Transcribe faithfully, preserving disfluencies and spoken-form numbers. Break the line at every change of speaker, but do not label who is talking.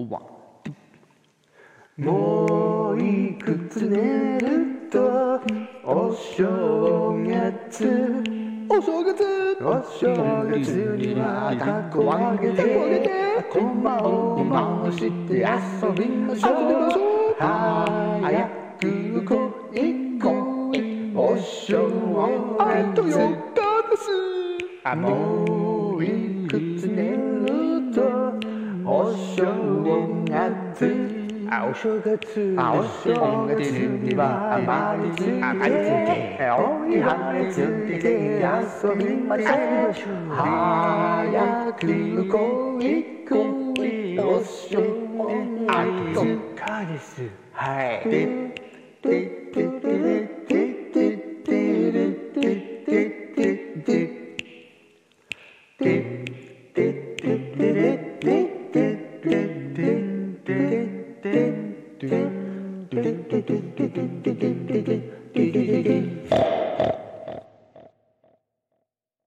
ワン
もういくつ寝るとお正月
お正月
お正月にはたこをあげてこまを回して遊びましょう早く来い来いお正
あと
月
よっかです
あもういくつ寝るとお正月あお正月あお正月には甘いつけておいはれつけて遊びましょう早く来い来いお正月よっかですはいてってってってってってってってって